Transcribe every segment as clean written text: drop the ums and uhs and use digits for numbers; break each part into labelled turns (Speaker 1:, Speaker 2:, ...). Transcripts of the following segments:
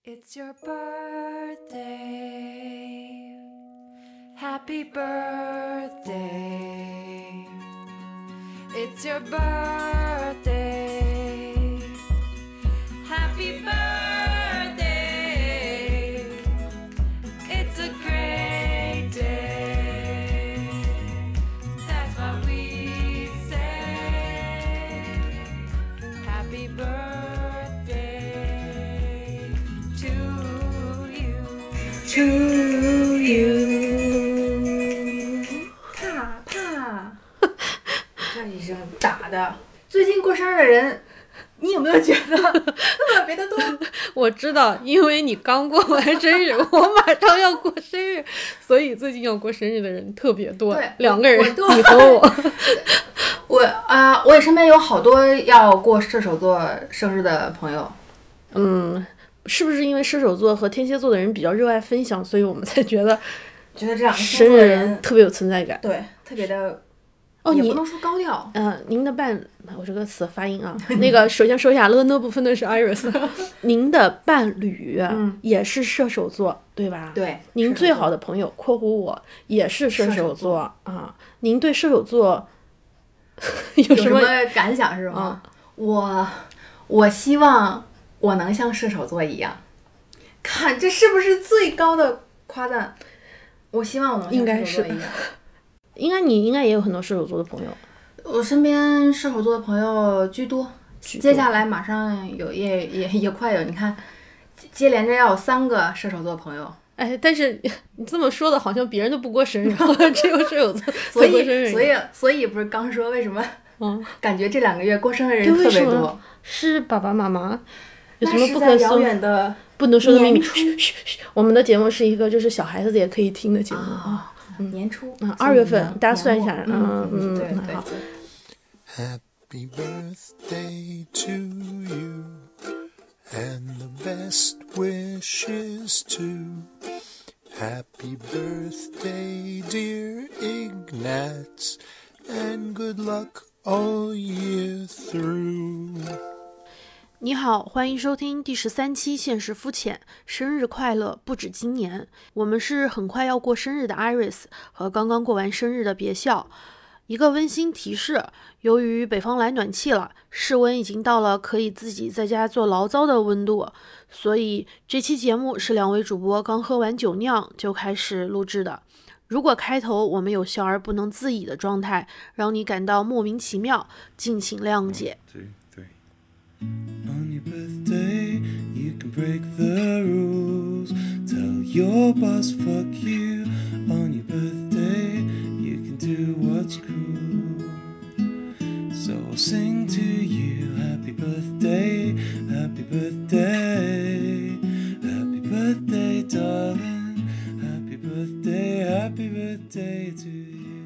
Speaker 1: It's your birthday. Happy birthday. It's your birthday. Happy birthday. It's a great day. That's what we say. Happy birthday to you.
Speaker 2: To you. 啪啪，这一声打的。最近过生日的人，你有没有觉得特别的多？
Speaker 3: 我知道，因为你刚过完生日，我马上要过生日，所以最近要过生日的人特别多。
Speaker 2: 对
Speaker 3: 两个人，
Speaker 2: 我
Speaker 3: 你和我。
Speaker 2: 我也身边有好多要过射手座生日的朋友。
Speaker 3: 是不是因为射手座和天蝎座的人比较热爱分享，所以我们才觉得
Speaker 2: 这两个
Speaker 3: 生日的人特别有存在感？
Speaker 2: 对，特别的。
Speaker 3: 哦，
Speaker 2: 也不能说高调。
Speaker 3: 您的我这个词发音啊，那个首先说一下，乐呢部分的是 Iris， 您的伴侣也是射手座，对吧？
Speaker 2: 对，
Speaker 3: 您最好的朋友（括弧我）也是射手座啊。您对射手座有什么
Speaker 2: 感想是吗？我希望我能像射手座一样，看这是不是最高的夸赞？我希望我能像射手座一样。
Speaker 3: 你应该也有很多射手座的朋友。
Speaker 2: 我身边射手座的朋友居多，接下来马上也快有，你看，接连着要有3个射手座朋友。
Speaker 3: 哎，但是你这么说的，好像别人都不过生日，只有射手座
Speaker 2: 所
Speaker 3: 过生日。
Speaker 2: 所以不是刚说为什么？感觉这2个月过生日人特别多。
Speaker 3: 是爸爸妈妈有什么不
Speaker 2: 可
Speaker 3: 可
Speaker 2: 遥远的
Speaker 3: 不能说的秘密？我们的节目是一个就是小孩子也可以听的节目啊。
Speaker 2: 年初
Speaker 3: 2月份大家算一下，
Speaker 2: 对。
Speaker 3: 好。
Speaker 4: Happy birthday to you, and the best wishes too. Happy birthday, dear Ignatz, and good luck all year through.
Speaker 3: 你好，欢迎收听第13期现实肤浅，生日快乐不止今年。我们是很快要过生日的 Iris 和刚刚过完生日的别笑。一个温馨提示，由于北方来暖气了，室温已经到了可以自己在家做醪糟的温度，所以这期节目是2位主播刚喝完酒酿就开始录制的。如果开头我们有笑而不能自已的状态，让你感到莫名其妙，敬请谅解。
Speaker 4: On your birthday, you can break the rules. Tell your boss fuck you. On your birthday, you can do what's cool. So I'll sing to you, happy birthday, happy birthday, happy birthday, darling, happy birthday, happy birthday to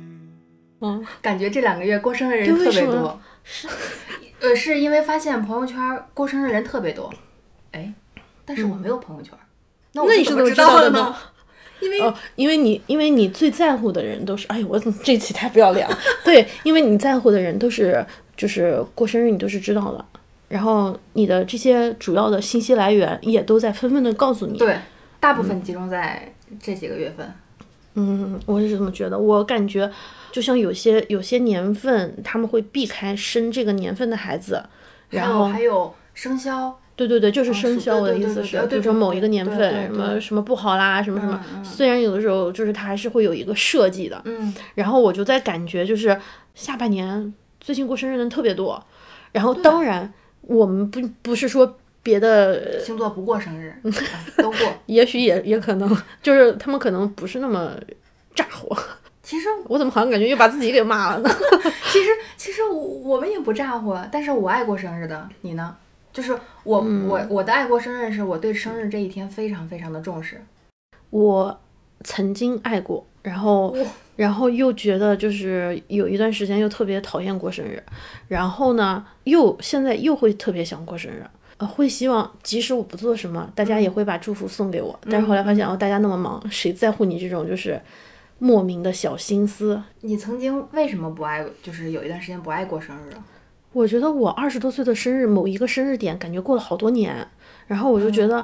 Speaker 4: you.
Speaker 2: 感觉这2个月过生日人特别多。是因为发现朋友圈过生日人特别多，但是我没有朋友圈，那
Speaker 3: 你是怎么
Speaker 2: 知道
Speaker 3: 的
Speaker 2: 呢？
Speaker 3: 因为你最在乎的人都是，我这期太不要脸了。对，因为你在乎的人都是，就是过生日你都是知道的，然后你的这些主要的信息来源也都在纷纷的告诉你。
Speaker 2: 对，大部分集中在这几个月份。
Speaker 3: 我也是这么觉得。我感觉就像有些年份他们会避开生这个年份的孩子，然后
Speaker 2: 还有生肖。
Speaker 3: 对，就是生肖。我的意思是，比如说某一个年份什么不好啦，什么什么。虽然有的时候就是它还是会有一个设计的。然后我就在感觉就是下半年最近过生日的人特别多，然后当然我们不是说别的
Speaker 2: 星座不过生日，都过。
Speaker 3: 也许也可能就是他们可能不是那么炸火。
Speaker 2: 其实
Speaker 3: 我怎么好像感觉又把自己给骂了呢？
Speaker 2: 其实我们也不炸火，但是我爱过生日的。你呢？就是我的爱过生日是我对生日这一天非常非常的重视。
Speaker 3: 我曾经爱过，然后又觉得就是有一段时间又特别讨厌过生日，然后呢现在又会特别想过生日。会希望即使我不做什么，大家也会把祝福送给我。但是后来发现大家那么忙，谁在乎你这种就是莫名的小心思？
Speaker 2: 你曾经为什么不爱，就是有一段时间不爱过生日啊？
Speaker 3: 我觉得我20多岁的生日某一个生日点感觉过了好多年，然后我就觉得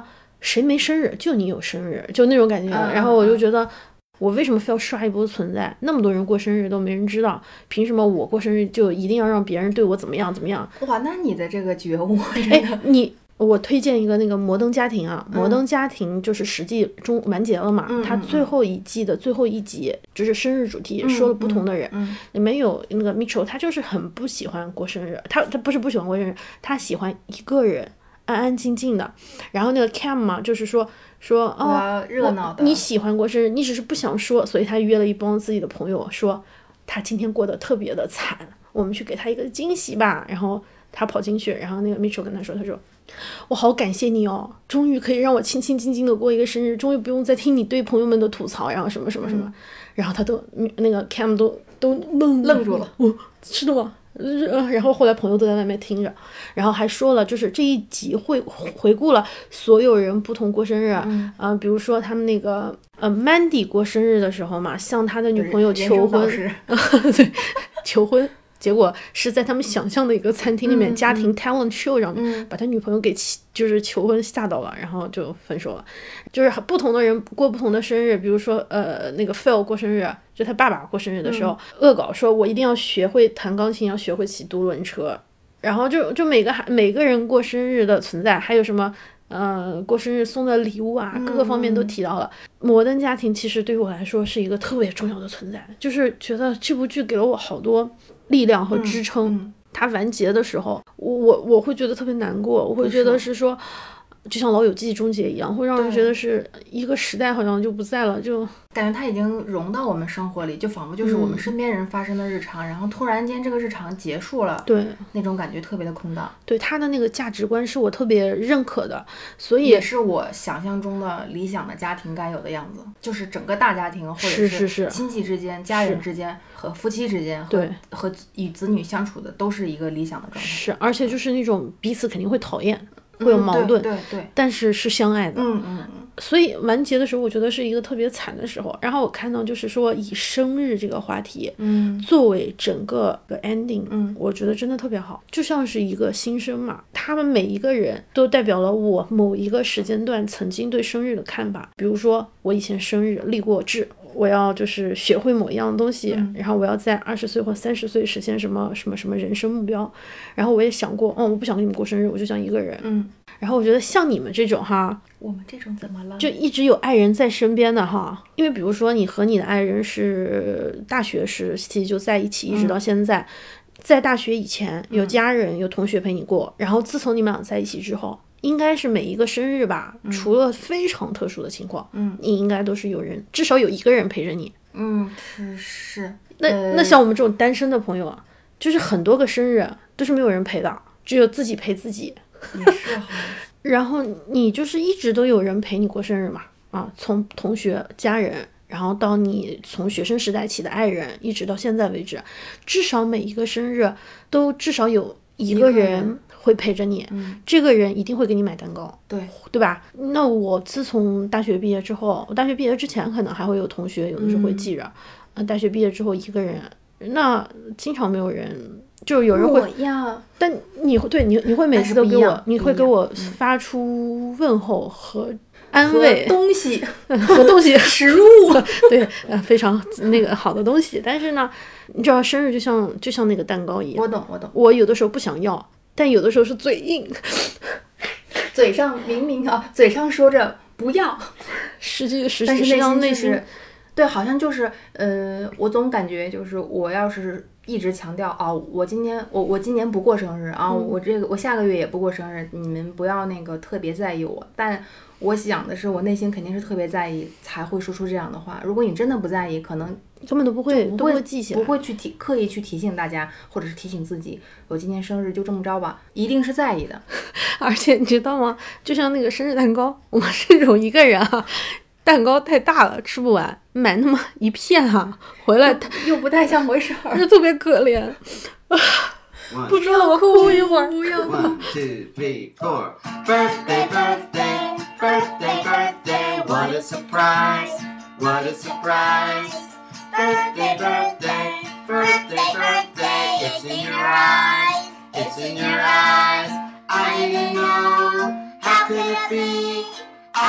Speaker 3: 谁没生日，就你有生日，就那种感觉。然后我就觉得，我为什么非要刷一波存在？那么多人过生日都没人知道，凭什么我过生日就一定要让别人对我怎么样怎么样？
Speaker 2: 哇，那你的这个觉悟真的，
Speaker 3: 我推荐一个那个摩登家庭啊，摩登家庭就是实际中完结了嘛，它最后一季的最后一集就是生日主题，说了不同的人，里面有那个 Mitchell， 他就是很不喜欢过生日，他不是不喜欢过生日，他喜欢一个人安安静静的。然后那个 Cam 嘛，就是说
Speaker 2: 哦，热闹的，
Speaker 3: 你喜欢过生日，你只是不想说，所以他约了一帮自己的朋友，说他今天过得特别的惨，我们去给他一个惊喜吧。然后他跑进去，然后那个 Mitchell 跟他说，他说我好感谢你哦，终于可以让我清清静静的过一个生日，终于不用再听你对朋友们的吐槽，然后什么什么什么，然后他都那个 Cam 都
Speaker 2: 愣住了，
Speaker 3: 是的吗？然后后来朋友都在外面听着，然后还说了，就是这一集回顾了所有人不同过生日，比如说他们那个Mandy 过生日的时候嘛，向他的女朋友求婚，对，求婚。结果是在他们想象的一个餐厅里面，家庭 talent show 上把他女朋友给就是求婚吓到了，然后就分手了。就是不同的人过不同的生日，比如说那个 Phil 过生日，就他爸爸过生日的时候，恶搞说我一定要学会弹钢琴，要学会骑独轮车。然后就每个人过生日的存在，还有什么过生日送的礼物啊，各个方面都提到了。摩登家庭其实对于我来说是一个特别重要的存在，就是觉得这部剧给了我好多力量和支撑。它完结的时候，我会觉得特别难过，我会觉得是说，就像《老友记》终结一样，会让人觉得是一个时代好像就不在了，就
Speaker 2: 感觉它已经融到我们生活里，就仿佛就是我们身边人发生的日常，然后突然间这个日常结束了，
Speaker 3: 对，
Speaker 2: 那种感觉特别的空荡。
Speaker 3: 对，他的那个价值观是我特别认可的，所以
Speaker 2: 也是我想象中的理想的家庭该有的样子，就是整个大家庭或者是亲戚之间、家人之间和夫妻之间，
Speaker 3: 对，
Speaker 2: 和与子女相处的都是一个理想的状态。
Speaker 3: 是，而且就是那种彼此肯定会讨厌。会有矛盾，
Speaker 2: 对，
Speaker 3: 但是是相爱的，所以完结的时候，我觉得是一个特别惨的时候。然后我看到就是说以生日这个话题，作为整个的 ending，我觉得真的特别好，就像是一个新生嘛。他们每一个人都代表了我某一个时间段曾经对生日的看法。比如说我以前生日立过志，我要就是学会某一样东西，然后我要在20岁或30岁实现什么什么什么人生目标。然后我也想过，我不想跟你们过生日，我就想一个人。然后我觉得像你们这种哈，
Speaker 2: 我们这种怎么了？
Speaker 3: 就一直有爱人在身边的哈，因为比如说你和你的爱人是大学时期就在一起，一直到现在，在大学以前有家人有同学陪你过，然后自从你们俩在一起之后，应该是每一个生日吧，除了非常特殊的情况，你应该都是有人，至少有一个人陪着你。
Speaker 2: 是。
Speaker 3: 那像我们这种单身的朋友啊，就是很多个生日都是没有人陪的，只有自己陪自己。
Speaker 2: 也是哈。
Speaker 3: 然后你就是一直都有人陪你过生日嘛，从同学、家人，然后到你从学生时代起的爱人，一直到现在为止，至少每一个生日都至少有一个人会陪着你，这个人一定会给你买蛋糕，对吧？那我自从大学毕业之后，我大学毕业之前可能还会有同学，有的时候会记着，大学毕业之后一个人，那经常没有人。就有人会，但你会每次都给我，你会给我发出问候和安慰，和东西
Speaker 2: 食物，
Speaker 3: 对，非常那个好的东西。但是呢，你知道生日就像那个蛋糕一样，
Speaker 2: 我懂。
Speaker 3: 我有的时候不想要，但有的时候是嘴硬，
Speaker 2: 嘴上明明嘴上说着不要，
Speaker 3: 实际
Speaker 2: 上
Speaker 3: 内心，
Speaker 2: 对，好像就是我总感觉就是我要是。一直强调我今年不过生日啊，我下个月也不过生日，你们不要那个特别在意我。但我想的是，我内心肯定是特别在意，才会说出这样的话。如果你真的不在意，可能
Speaker 3: 根本都不会记起来，
Speaker 2: 不会去刻意去提醒大家，或者是提醒自己，我今年生日就这么着吧，一定是在意的。
Speaker 3: 而且你知道吗？就像那个生日蛋糕，我这种一个人蛋糕太大了，吃不完，买那么一片回来
Speaker 2: 又不太像回事儿，
Speaker 3: 就特别可怜。不说了，我哭一会儿。
Speaker 2: 不要哭。
Speaker 5: 1, 2, 3, 4 Birthday, birthday, birthday, birthday. What a surprise, what a surprise. Birthday, birthday, birthday, birthday. It's in your eyes, it's in your eyes. I didn't know, how could it be?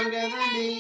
Speaker 5: younger than me.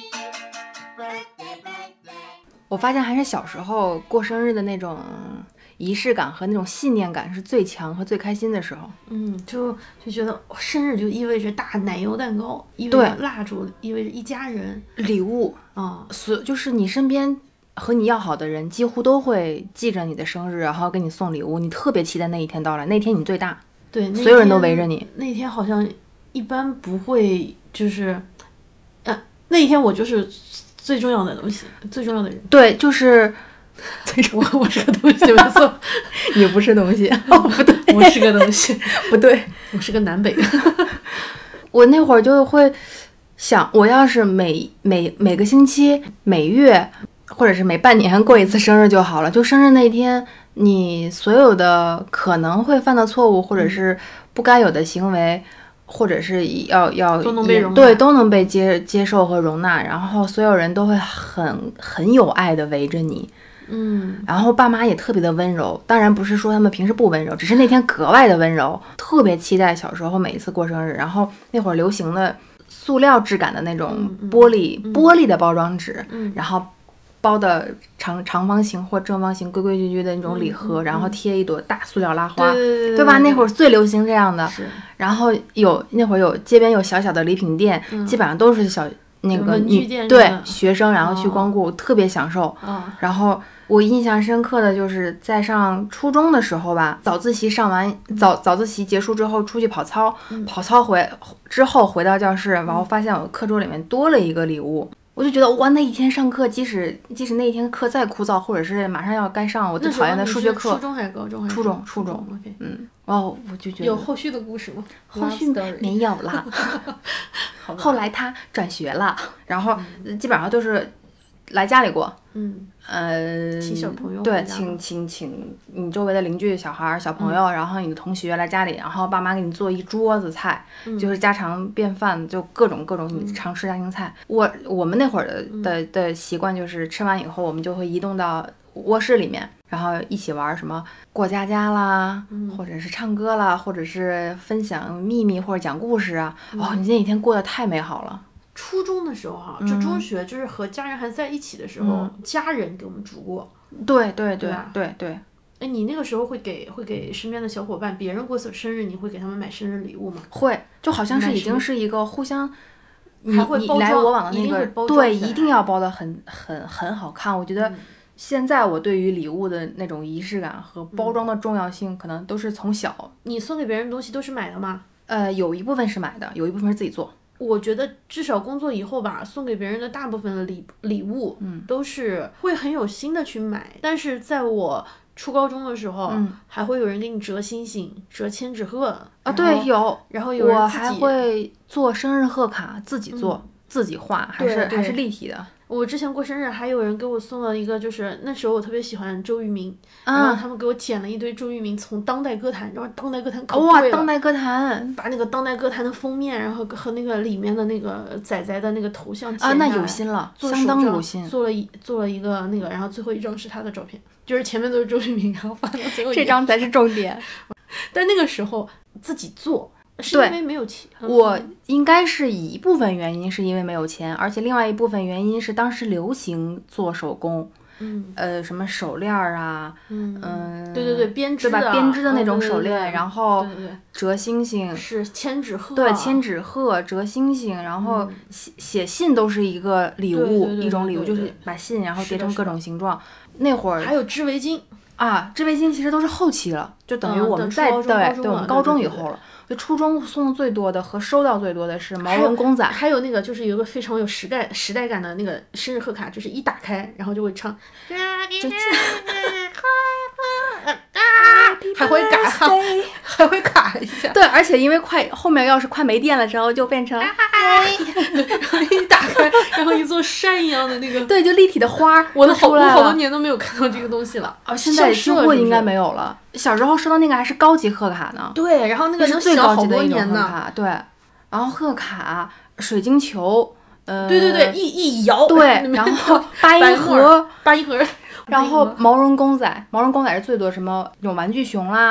Speaker 5: Birthday, birthday.
Speaker 2: 我发现还是小时候过生日的那种仪式感和那种信念感是最强和最开心的时候。
Speaker 3: 就觉得生日就意味着大奶油蛋糕，意味
Speaker 2: 对
Speaker 3: 着蜡烛，意味着一家人
Speaker 2: 礼物
Speaker 3: 啊。
Speaker 2: 就是你身边和你要好的人几乎都会记着你的生日，然后给你送礼物，你特别期待那一天到来，那天你最大，
Speaker 3: 对，
Speaker 2: 所有人都围着你。
Speaker 3: 那天好像一般不会，就是那一天我就是最重要的东西，最重要的人。
Speaker 2: 对，就是
Speaker 3: 最重要，我是个东西，没错。
Speaker 2: 你不是东西。哦，不对，
Speaker 3: 我是个东西，
Speaker 2: 不对，
Speaker 3: 我是个南北。
Speaker 2: 我那会儿就会想，我要是每个星期、每月或者是每半年过一次生日就好了。就生日那天，你所有的可能会犯的错误，或者是不该有的行为，或者是要
Speaker 3: 都能被容纳，
Speaker 2: 对，都能被接受和容纳。然后所有人都会很有爱的围着你。然后爸妈也特别的温柔，当然不是说他们平时不温柔，只是那天格外的温柔。特别期待小时候每一次过生日，然后那会儿流行的塑料质感的那种玻璃的包装纸，然后包的长方形或正方形规规矩矩的那种礼盒，然后贴一朵大塑料拉花，对吧？那会儿最流行这样的。然后那会儿有街边有小小的礼品店，基本上都是那个对学生，然后去光顾，特别享受。然后我印象深刻的就是在上初中的时候吧，早自习上完早自习结束之后出去跑操，跑操之后回到教室，然后发现我课桌里面多了一个礼物。我就觉得哇，那一天上课，即使那一天课再枯燥，或者是马上要该上我最讨厌的数学课，
Speaker 3: 初中还是高中？
Speaker 2: 初中。
Speaker 3: OK。
Speaker 2: 我就觉得
Speaker 3: 有后续的故事吗？
Speaker 2: 后续没有了。后来他转学了，然后基本上都是来家里过。
Speaker 3: 请小朋友
Speaker 2: 对，请你周围的邻居小孩小朋友，然后你的同学来家里，然后爸妈给你做一桌子菜，就是家常便饭，就各种你常吃家庭菜。我们那会儿的习惯就是吃完以后，我们就会移动到卧室里面，然后一起玩什么过家家啦，或者是唱歌啦，或者是分享秘密或者讲故事啊。你那一天过得太美好了。
Speaker 3: 初中的时候就中学，就是和家人还在一起的时候，家人给我们煮过。
Speaker 2: 对。
Speaker 3: 哎，你那个时候会给身边的小伙伴，别人过生日，你会给他们买生日礼物吗？
Speaker 2: 会，就好像是已经是一个互相你来我往的那个，
Speaker 3: 对，
Speaker 2: 一定要包得很好看。我觉得现在我对于礼物的那种仪式感和包装的重要性，可能都是从小。
Speaker 3: 你送给别人的东西都是买的吗？
Speaker 2: 有一部分是买的，有一部分是自己做。
Speaker 3: 我觉得至少工作以后吧，送给别人的大部分的礼物，都是会很有心的去买。但是在我初高中的时候，还会有人给你折星星、折千纸鹤
Speaker 2: 啊，对，有。
Speaker 3: 然后有人
Speaker 2: 我还会做生日贺卡，自己做，自己画，还是立体的。
Speaker 3: 我之前过生日，还有人给我送了一个，就是那时候我特别喜欢周渝民，然后他们给我捡了一堆周渝民从当代歌坛，然后当代歌坛可贵了，
Speaker 2: 哇，当代歌坛，
Speaker 3: 把那个当代歌坛的封面，然后和那个里面的那个仔仔的那个头像剪
Speaker 2: 啊，那有心了，相当有心，
Speaker 3: 做了一个那个，然后最后一张是他的照片，就是前面都是周渝民，然后发到最后
Speaker 2: 这张才是重点。
Speaker 3: 但那个时候自己做。是因为没有钱，
Speaker 2: 我应该是一部分原因是因为没有钱，而且另外一部分原因是当时流行做手工，什么手链啊，
Speaker 3: 对，编织
Speaker 2: 的，编织的那种手链，然后折星星，
Speaker 3: 是千纸鹤，
Speaker 2: 对，千纸鹤折星星，然后写信都是一个礼物，一种礼物，就是把信然后叠成各种形状。那会儿
Speaker 3: 还有织围巾
Speaker 2: 啊，织围巾其实都是后期了，就等于我们在对我们高中以后了。就初中送的最多的和收到最多的是毛绒公仔，
Speaker 3: 还有那个就是有一个非常有时代感的那个生日贺卡，就是一打开然后就会唱，还会卡一下，
Speaker 2: 对，而且因为后面要是快没电的时候就变成
Speaker 3: 一打开然后一座山一样的那个，
Speaker 2: 对，就立体的花，
Speaker 3: 我好多年都没有看到这个东西了，
Speaker 2: 现在几乎应该没有了。小时候收到那个还是高级贺卡呢，
Speaker 3: 对，然后那个
Speaker 2: 是最高级的一种贺卡，对，然后贺卡、水晶球，
Speaker 3: 对，一摇，
Speaker 2: 对，然后八音盒，
Speaker 3: 然后
Speaker 2: 毛绒公仔是最多，什么那种玩具熊啦，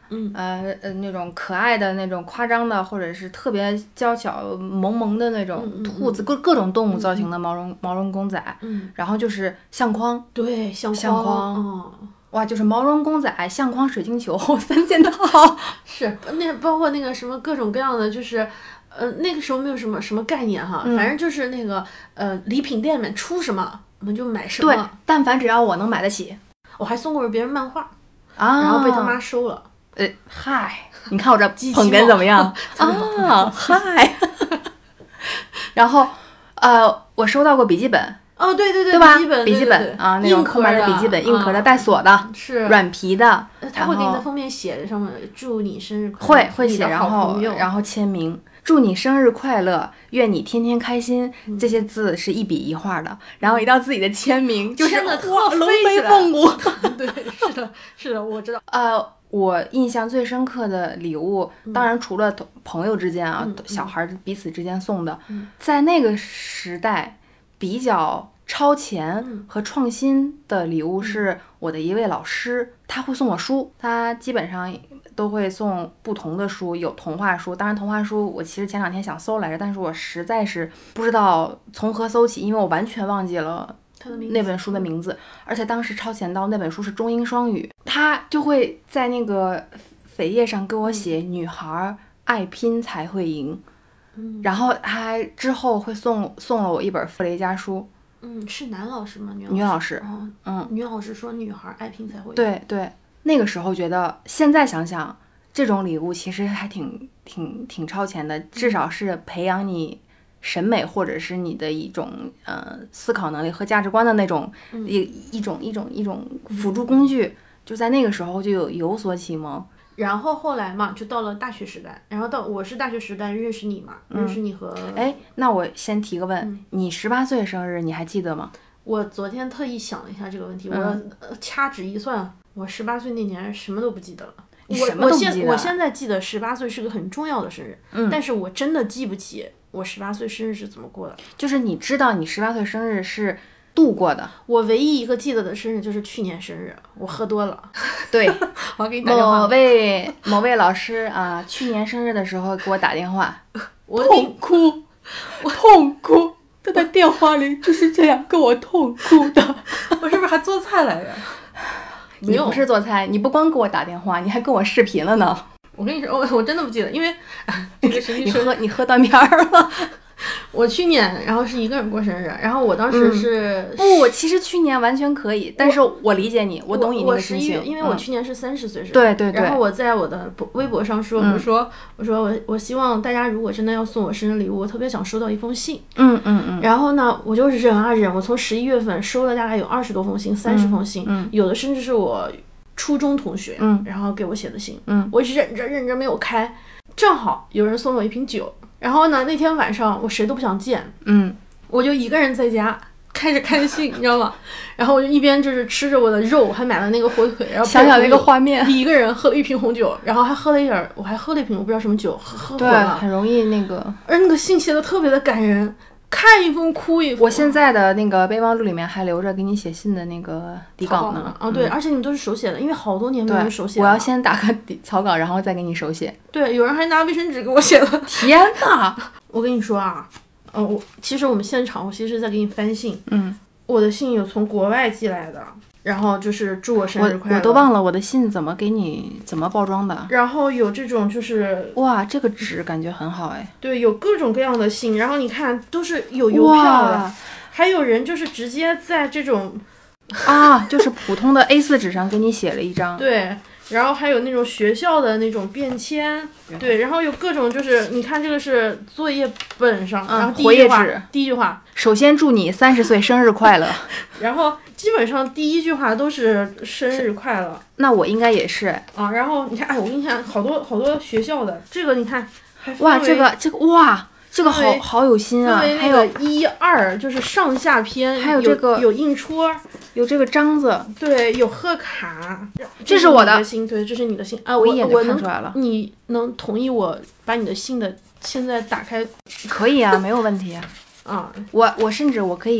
Speaker 2: 那种可爱的那种夸张的，或者是特别娇小萌萌的那种兔子，各种动物造型的毛绒公仔，然后就是相框，
Speaker 3: 对，相框，
Speaker 2: 哇，就是毛绒公仔、相框、水晶球3件套，
Speaker 3: 是那包括那个什么各种各样的，就是那个时候没有什么概念哈，反正就是那个礼品店里面出什么我们就买什么。
Speaker 2: 对，但凡只要我能买得起。
Speaker 3: 我还送过别人漫画
Speaker 2: 啊，
Speaker 3: 然后被他妈收了。
Speaker 2: 嗨，你看我这捧哏怎么样？啊，嗨。然后我收到过笔记本。
Speaker 3: 哦，对对对，
Speaker 2: 对吧？
Speaker 3: 笔记
Speaker 2: 本啊，那种空白的笔记本，硬壳的，带锁的，
Speaker 3: 是
Speaker 2: 软皮的。
Speaker 3: 他会给你在封面写着上面祝你生日快乐，
Speaker 2: 会写，然后签名，祝你生日快乐，愿你天天开心。这些字是一笔一画的，然后一到自己的签名，就是
Speaker 3: 的
Speaker 2: 哇，龙飞凤舞。
Speaker 3: 对，是的，我知道。
Speaker 2: 我印象最深刻的礼物，当然除了朋友之间啊，小孩彼此之间送的，在那个时代。比较超前和创新的礼物是我的一位老师，他会送我书，他基本上都会送不同的书，有童话书，当然童话书我其实前2天想搜来着，但是我实在是不知道从何搜起，因为我完全忘记了那本书的名字，而且当时超前到那本书是中英双语，他就会在那个扉页上给我写女孩爱拼才会赢。然后他之后会送了我一本傅雷家书。
Speaker 3: 是男老师吗？
Speaker 2: 女老师。
Speaker 3: 女老师说女孩爱拼才会赢。
Speaker 2: 对对，那个时候觉得，现在想想这种礼物其实还挺超前的，至少是培养你审美或者是你的一种思考能力和价值观的那种一种辅助工具，就在那个时候就有所启蒙。
Speaker 3: 然后后来嘛，就到了大学时代，然后我是大学时代认识你嘛，认识你和
Speaker 2: 那我先提个问，你18岁生日你还记得吗？
Speaker 3: 我昨天特意想了一下这个问题，我掐指一算，我18岁那年什么都不记得了。我现在记得18岁是个很重要的生日，但是我真的记不起我18岁生日是怎么过的。
Speaker 2: 就是你知道你18岁生日是度过的。
Speaker 3: 我唯一一个记得的生日就是去年生日，我喝多了。
Speaker 2: 对，
Speaker 3: 我要给你打电话。
Speaker 2: 某位老师啊，去年生日的时候给我打电话，
Speaker 3: 我
Speaker 2: 痛哭，他在电话里就是这样跟我痛哭的。
Speaker 3: 我是不是还做菜来着？
Speaker 2: 你不是做菜，你不光给我打电话，你还跟我视频了呢。
Speaker 3: 我跟你说，我真的不记得，因为这个
Speaker 2: 你喝断片了。
Speaker 3: 我去年然后是一个人过生日，然后我当时是
Speaker 2: 不，其实去年完全可以，但是我理解你，我懂你那个心情，
Speaker 3: 因为我去年是30岁生日，
Speaker 2: 对对对。
Speaker 3: 然后我在我的微博上说，我说我希望大家如果真的要送我生日礼物，我特别想收到一封信。然后呢，我就是忍啊忍，我从11月份收了大概有20多封信，30封信，有的甚至是我初中同学，然后给我写的信，我忍着没有开，正好有人送我一瓶酒。然后呢，那天晚上我谁都不想见，我就一个人在家开始看信，你知道吗？然后我就一边就是吃着我的肉，还买了那个火腿，然后
Speaker 2: 想想那个画面，
Speaker 3: 一个人喝了一瓶红酒，然后还喝了一点，我还喝了一瓶我不知道什么酒，喝混了，
Speaker 2: 很容易那个。
Speaker 3: 而那个信写的特别的感人，看一封哭一封。
Speaker 2: 我现在的那个备忘录里面还留着给你写信的那个底稿呢。
Speaker 3: 对，而且你们都是手写的，因为好多年没有人手写了。
Speaker 2: 我要先打个草稿，然后再给你手写。
Speaker 3: 对，有人还拿卫生纸给我写了。
Speaker 2: 天哪！
Speaker 3: 我跟你说啊，其实我们现场，我其实是在给你翻信。我的信有从国外寄来的，然后就是祝我生日快乐。
Speaker 2: 我都忘了我的信怎么包装的。
Speaker 3: 然后有这种就是
Speaker 2: 哇，这个纸感觉很好哎。
Speaker 3: 对，有各种各样的信，然后你看都是有邮票的，还有人就是直接在这种
Speaker 2: 就是普通的 A4 纸上给你写了一张。
Speaker 3: 对。然后还有那种学校的那种便签，对，然后有各种就是你看这个是作业本上，然后
Speaker 2: 活页纸，
Speaker 3: 第一句话，
Speaker 2: 首先祝你30岁生日快乐。
Speaker 3: 然后基本上第一句话都是生日快乐。
Speaker 2: 那我应该也是
Speaker 3: 啊。然后你看，我给你看好多学校的这个，你看，
Speaker 2: 哇，这个哇。这个好有心啊！
Speaker 3: 还有1、2就是上下篇，
Speaker 2: 还有这个
Speaker 3: 有印戳，
Speaker 2: 有这个章子，
Speaker 3: 对，有贺卡，
Speaker 2: 这是我的
Speaker 3: 信，对，这是你的信啊，
Speaker 2: 我一眼就看出来了。
Speaker 3: 你能同意我把你的信的现在打开？
Speaker 2: 可以啊，没有问题啊。我甚至我可以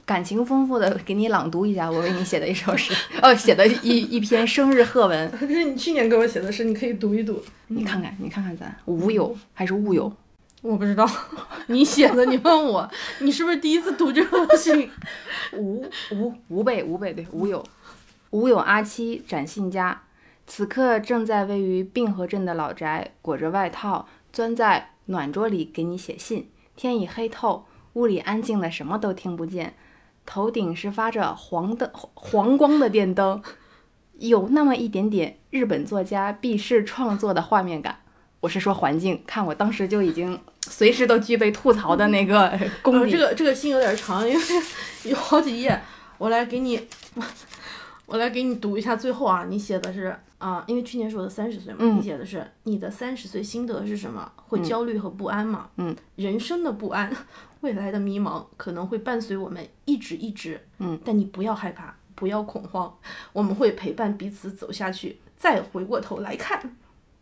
Speaker 2: 感情丰富的给你朗读一下我为你写的一首诗，写的一篇生日贺文。
Speaker 3: 这是你去年给我写的诗，你可以读一读。
Speaker 2: 你看看咱无有还是物有？
Speaker 3: 我不知道，你写的，你问我，你是不是第一次读这封信？
Speaker 2: 吾辈对，吾有阿七展信家，此刻正在位于并河镇的老宅，裹着外套，钻在暖桌里给你写信。天已黑透，屋里安静的什么都听不见，头顶是发着黄光的电灯，有那么一点点日本作家避世创作的画面感。我是说环境，看我当时就已经随时都具备吐槽的那个功底。
Speaker 3: 这个信有点长，因为有好几页，我来给你读一下最后啊。你写的是因为去年是我的30岁嘛，你写的是你的30岁心得是什么？会焦虑和不安吗？人生的不安，未来的迷茫，可能会伴随我们一直。但你不要害怕，不要恐慌，我们会陪伴彼此走下去。再回过头来看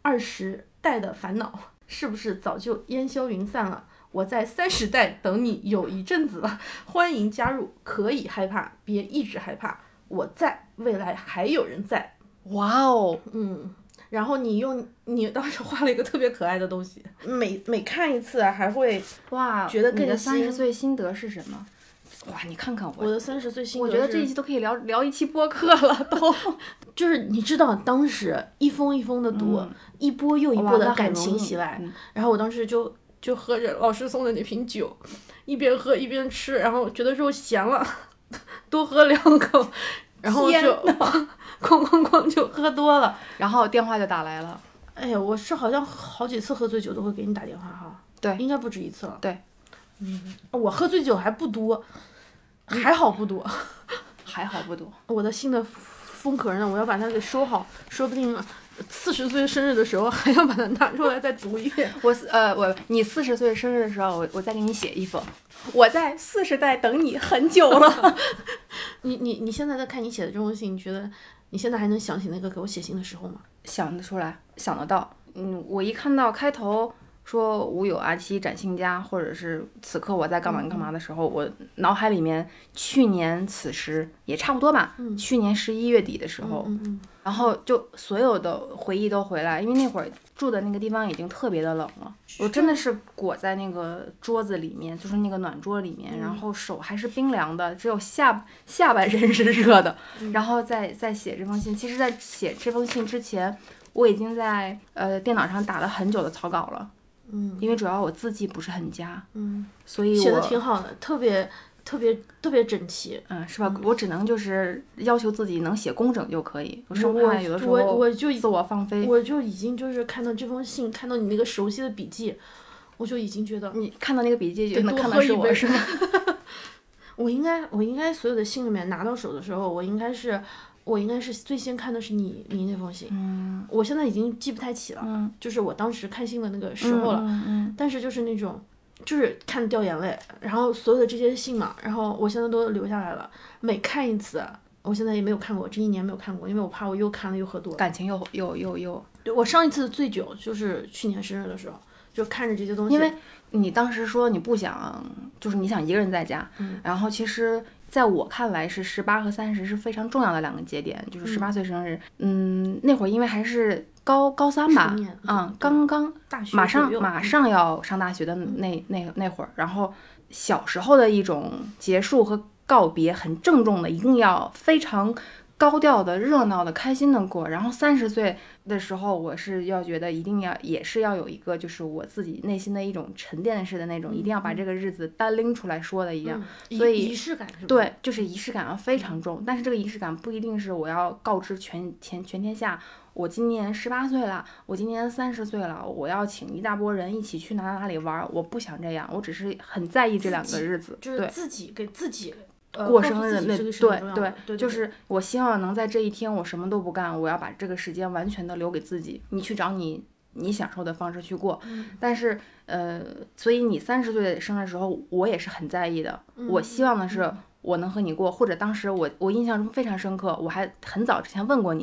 Speaker 3: ，20代的烦恼是不是早就烟消云散了？我在30代等你有一阵子了，欢迎加入，可以害怕，别一直害怕，我在，未来还有人在。
Speaker 2: 哇哦，
Speaker 3: 然后你当时画了一个特别可爱的东西，每看一次还会觉得更
Speaker 2: 你的
Speaker 3: 新。
Speaker 2: 30岁心得是什么？哇，你看看
Speaker 3: 我的30岁心得，
Speaker 2: 我觉得这一期都可以聊一期播客了，都
Speaker 3: 就是你知道当时一封一封的读，一波又一波的感情袭来，然后我当时就喝着老师送的那瓶酒，一边喝一边吃，然后觉得肉咸了，多喝2口，然后就哐就喝多了，
Speaker 2: 然后电话就打来了。
Speaker 3: 哎呀，我是好像好几次喝醉酒都会给你打电话哈，
Speaker 2: 对，
Speaker 3: 应该不止一次了。
Speaker 2: 对，
Speaker 3: 我喝醉酒还不多，还好不多，我的信的封壳呢，我要把它给收好，说不定40岁生日的时候还要把它拿出来再读一遍。
Speaker 2: 你40岁生日的时候，我再给你写一封。我在40代等你很久了。
Speaker 3: 你现在在看你写的这封信，你觉得你现在还能想起那个给我写信的时候吗？
Speaker 2: 想得出来，想得到。我一看到开头说吾有阿七展信家，或者是此刻我在干嘛的时候，我脑海里面去年此时也差不多吧，去年11月底的时候，然后就所有的回忆都回来，因为那会儿住的那个地方已经特别的冷了，我真的是裹在那个桌子里面，就是那个暖桌里面，然后手还是冰凉的，只有下半身是热的，然后再写这封信。其实在写这封信之前，我已经在电脑上打了很久的草稿了，因为主要我字迹不是很佳，所以我
Speaker 3: 写的挺好的，特别整齐，
Speaker 2: 是吧？我只能就是要求自己能写工整就可以，我生怕有的时候
Speaker 3: 我就
Speaker 2: 自我放飞。
Speaker 3: 我就已经就是看到这封信，看到你那个熟悉的笔记，我就已经觉得
Speaker 2: 你看到那个笔记就能看到是我是吗？
Speaker 3: 我应该所有的信里面拿到手的时候，我应该是最先看的是你那封信，我现在已经记不太起了，就是我当时看信的那个时候了，但是就是那种。就是看掉眼泪，然后所有的这些信嘛，然后我现在都留下来了。每看一次，我现在也没有看过，这1年没有看过，因为我怕我又看了又喝多，
Speaker 2: 感情又。
Speaker 3: 对，我上一次醉酒就是去年生日的时候，就看着这些东西。
Speaker 2: 因为你当时说你不想，就是你想一个人在家，然后其实在我看来是18和30是非常重要的2个节点，就是18岁生日，那会儿因为还是高3吧，刚
Speaker 3: 大学
Speaker 2: 马上要上大学的那会儿，然后小时候的一种结束和告别很郑重的，一定要非常高调的、热闹的、开心的过。然后30岁的时候，我是要觉得一定要也是要有一个就是我自己内心的一种沉淀式的那种，一定要把这个日子单拎出来说的一样。所以
Speaker 3: 仪式感是吧？
Speaker 2: 对，就是仪式感非常重。但是这个仪式感不一定是我要告知全天下。我今年18岁了，我今年30岁了，我要请一大波人一起去哪里玩，我不想这样，我只是很在意这2个日子，
Speaker 3: 就是自己给自己
Speaker 2: 过生日那
Speaker 3: 对，
Speaker 2: 就是我希望能在这一天我什么都不干，我要把这个时间完全的留给自己，你去找你享受的方式去过。但是所以你30岁生日的时候，我也是很在意的，我希望的是我能和你过，或者当时我印象中非常深刻，我还很早之前问过你，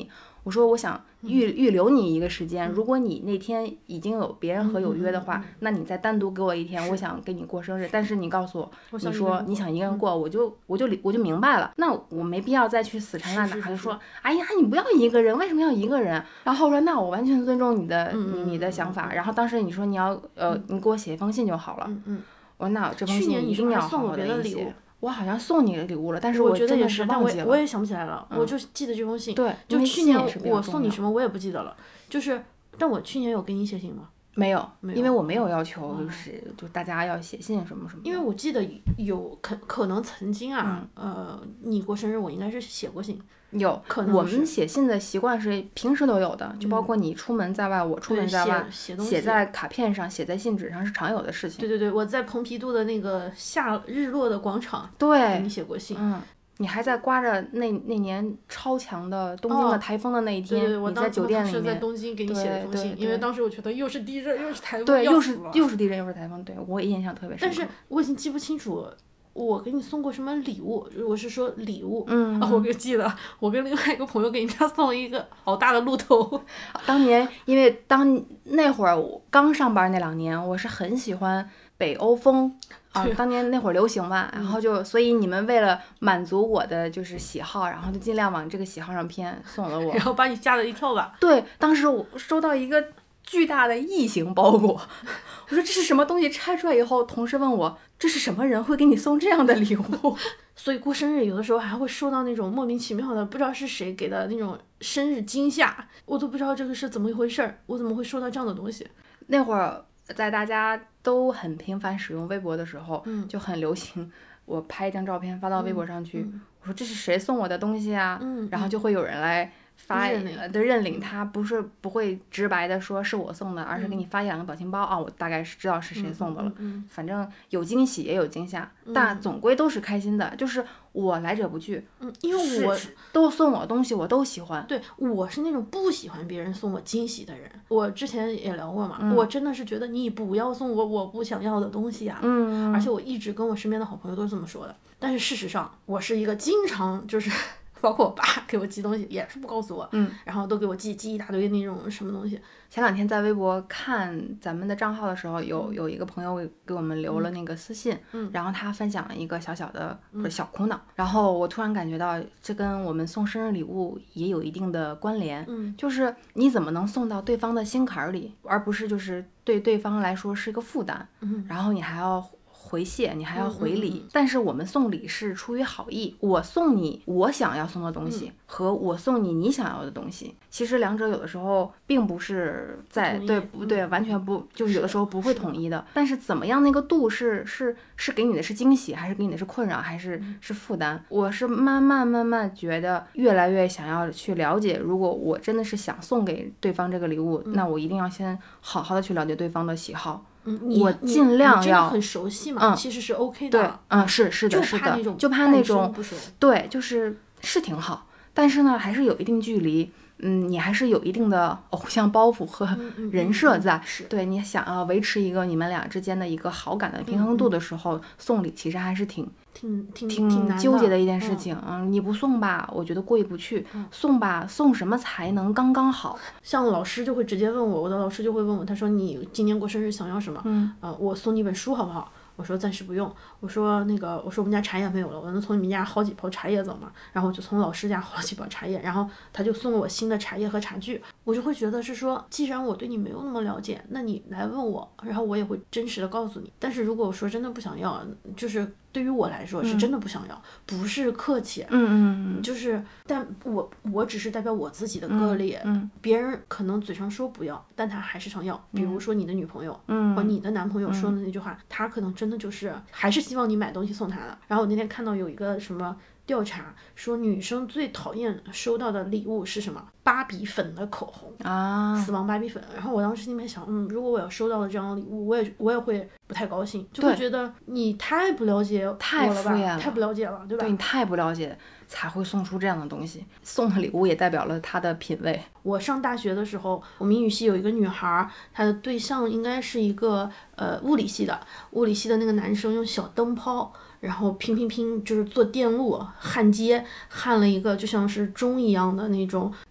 Speaker 2: 我说我想预留你一个时间，如果你那天已经有别人和有约的话，那你再单独给我一天，我想跟你过生日，但是你告诉我，你说你想一个人过，我就明白了，那我没必要再去死缠烂打，就说哎呀你不要一个人，为什么要一个人？然后我说那我完全尊重你的想法，然后当时你说你要你给我写一封信就好了，我说那这封信一定要好好的写。我好像送你礼物了，但是
Speaker 3: 我觉得也
Speaker 2: 是
Speaker 3: 但
Speaker 2: 忘记了，
Speaker 3: 我也想不起来了，我就记得这封信。
Speaker 2: 对，
Speaker 3: 就去年我送你什么我也不记得了，就是但我去年有给你写信吗？
Speaker 2: 没有，因为我没有要求就大家要写信什么什么的。
Speaker 3: 因为我记得有可能曾经你过生日我应该是写过信。
Speaker 2: 有，我们写信的习惯是平时都有的，就包括你出门在外，我出门在外，写在卡片上，写在信纸上是常有的事情。
Speaker 3: 对，我在蓬皮杜的那个夏日落的广场，
Speaker 2: 对，
Speaker 3: 给你写过信。
Speaker 2: 你还在刮着那年超强的东京的台风的那一天，
Speaker 3: 对，我
Speaker 2: 你在酒店里面，
Speaker 3: 是在东京给你写了封信，因为当时我觉得又是地震又是台风，
Speaker 2: 对，又是地震又是台风，对我也印象特别深刻。
Speaker 3: 但是我已经记不清楚我给你送过什么礼物，我是说礼物，我给记得，我跟另外一个朋友给人家送了一个好大的鹿头。
Speaker 2: 当年因为那会儿我刚上班那2年，我是很喜欢北欧风当年那会儿流行嘛，然后所以你们为了满足我的就是喜好，然后就尽量往这个喜好上偏，送了我，
Speaker 3: 然后把你吓了一跳吧。
Speaker 2: 对，当时我收到一个巨大的异形包裹，我说这是什么东西？拆出来以后，同事问我这是什么人会给你送这样的礼物？
Speaker 3: 所以过生日有的时候还会收到那种莫名其妙的，不知道是谁给的那种生日惊吓，我都不知道这个是怎么一回事儿，我怎么会收到这样的东西？
Speaker 2: 那会儿在大家都很频繁使用微博的时候，就很流行我拍一张照片发到微博上去，我说这是谁送我的东西啊？然后就会有人来发认领，他不会直白的说是我送的，而是给你发2个表情包啊，我大概是知道是谁送的了。反正有惊喜也有惊吓，但总归都是开心的，就是我来者不拒。
Speaker 3: 因为我
Speaker 2: 都送我东西我都喜欢。
Speaker 3: 对，我是那种不喜欢别人送我惊喜的人。我之前也聊过嘛，我真的是觉得你不要送我不想要的东西啊。而且我一直跟我身边的好朋友都是这么说的。但是事实上，我是一个经常就是包括我爸给我寄东西也是不告诉我，然后都给我寄一大堆那种什么东西。
Speaker 2: 前2天在微博看咱们的账号的时候，有一个朋友给我们留了那个私信，然后他分享了一个小小的小苦恼，然后我突然感觉到这跟我们送生日礼物也有一定的关联，就是你怎么能送到对方的心坎里，而不是就是对对方来说是一个负担，然后你还要回谢，你还要回礼，但是我们送礼是出于好意，我送你我想要送的东西，和我送你你想要的东西，其实两者有的时候并不是在对完全不，就有的时候不会统一的，但是怎么样那个度是给你的是惊喜，还是给你的是困扰，还是负担？我是慢慢觉得越来越想要去了解，如果我真的是想送给对方这个礼物，那我一定要先好好的去了解对方的喜好。我尽量要
Speaker 3: 很熟悉嘛，其实是 OK 的。
Speaker 2: 对，是的，就怕那种对，就是挺好，但是呢，还是有一定距离。你还是有一定的偶像包袱和人设在，对，你想要维持一个你们俩之间的一个好感的平衡度的时候，送礼其实还是挺纠结的一件事情。你不送吧，我觉得过意不去；送吧，送什么才能刚刚好？
Speaker 3: 像老师就会直接问我的老师就会问我，他说你今年过生日想要什么？我送你一本书好不好？我说暂时不用，我说我们家茶叶没有了，我能从你们家薅几包茶叶走吗？然后我就从老师家薅了几包茶叶，然后他就送了我新的茶叶和茶具。我就会觉得是说，既然我对你没有那么了解，那你来问我，然后我也会真实的告诉你。但是如果我说真的不想要，就是对于我来说是真的不想要，不是客气，就是但我只是代表我自己的个例，别人可能嘴上说不要，但他还是想要。比如说你的女朋友，或你的男朋友说的那句话，他可能真的就是还是希望你买东西送他的。然后我那天看到有一个什么调查说，女生最讨厌收到的礼物是什么？芭比粉的口红啊，死亡芭比粉。然后我当时心里面想，如果我要收到了这样的礼物，我也会不太高兴，就会觉得你太不了解我了吧，太敷衍了，太不了解了，对吧？
Speaker 2: 对，你太不了解才会送出这样的东西。送的礼物也代表了他的品味。
Speaker 3: 我上大学的时候，我们英语系有一个女孩，她的对象应该是一个物理系的那个男生，用小灯泡然后拼，就是做电路焊接，焊了一个就像是钟一样的那种，